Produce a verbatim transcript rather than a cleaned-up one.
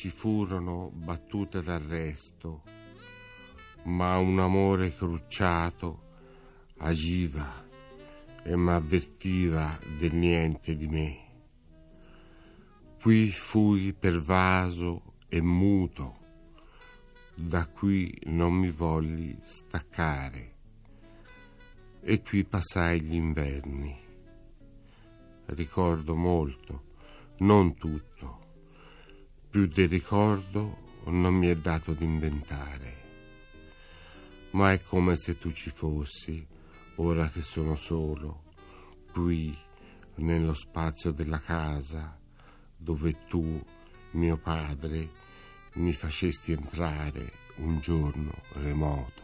ci furono battute d'arresto, ma un amore crucciato agiva e m'avvertiva del niente di me. Qui fui pervaso e muto, da qui non mi volli staccare, e qui passai gli inverni. Ricordo molto, non tutto, più del ricordo non mi è dato d'inventare, ma è come se tu ci fossi, ora che sono solo, qui nello spazio della casa, dove tu, mio padre, mi facesti entrare un giorno remoto.